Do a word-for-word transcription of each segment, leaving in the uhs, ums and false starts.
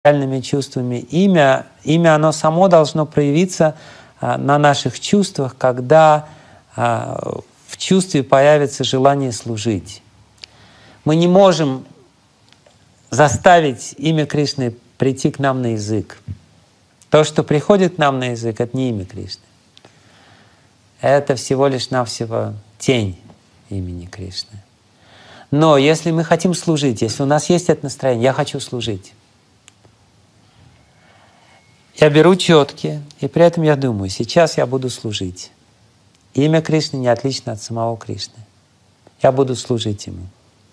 реальными чувствами. Имя, имя, оно само должно проявиться а, на наших чувствах, когда а, в чувстве появится желание служить. Мы не можем заставить имя Кришны прийти к нам на язык. То, что приходит к нам на язык, это не имя Кришны. Это всего лишь навсего тень имени Кришны. Но если мы хотим служить, если у нас есть это настроение, я хочу служить, я беру четки, и при этом я думаю, сейчас я буду служить. Имя Кришны не отлично от самого Кришны. Я буду служить Ему.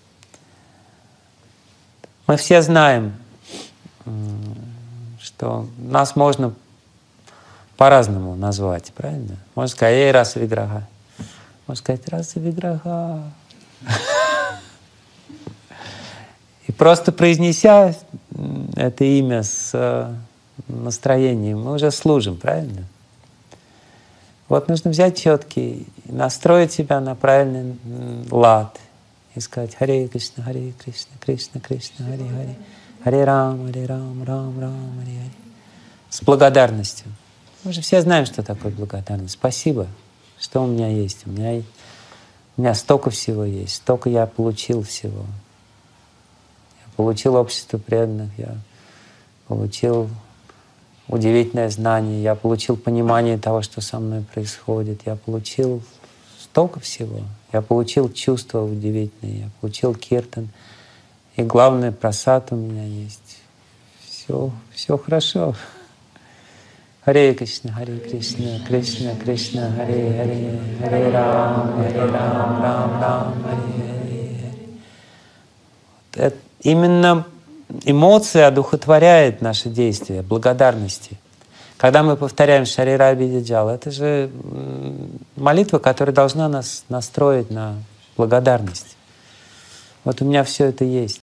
Мы все знаем, что нас можно по-разному назвать, правильно? Можно сказать, эй, раса виграха. Можно сказать, раса виграха. И просто произнеся это имя с настроением, мы уже служим, правильно? Вот нужно взять четки, настроить себя на правильный лад и сказать Харе Кришна, Харе Кришна, Кришна, Кришна, Харе Харе, Харе Рам, Харе Рам, Рам, Рам, Харе Харе. С благодарностью. Мы же все знаем, что такое благодарность. Спасибо, что у меня есть. У меня, у меня столько всего есть, столько я получил всего. Я получил общество преданных, я получил удивительное знание, я получил понимание того, что со мной происходит, я получил столько всего. Я получил чувства удивительные, я получил киртан. И главное, прасад у меня есть. Все, все хорошо. Харе Кришна, Харе Кришна, Кришна, Кришна, Харе Харе, Харе Рам, Харе Рам, Рам, Рам, Харе Харе. Именно эмоция одухотворяет наши действия, благодарности. Когда мы повторяем Шарира Бидиджал, это же молитва, которая должна нас настроить на благодарность. Вот у меня все это есть.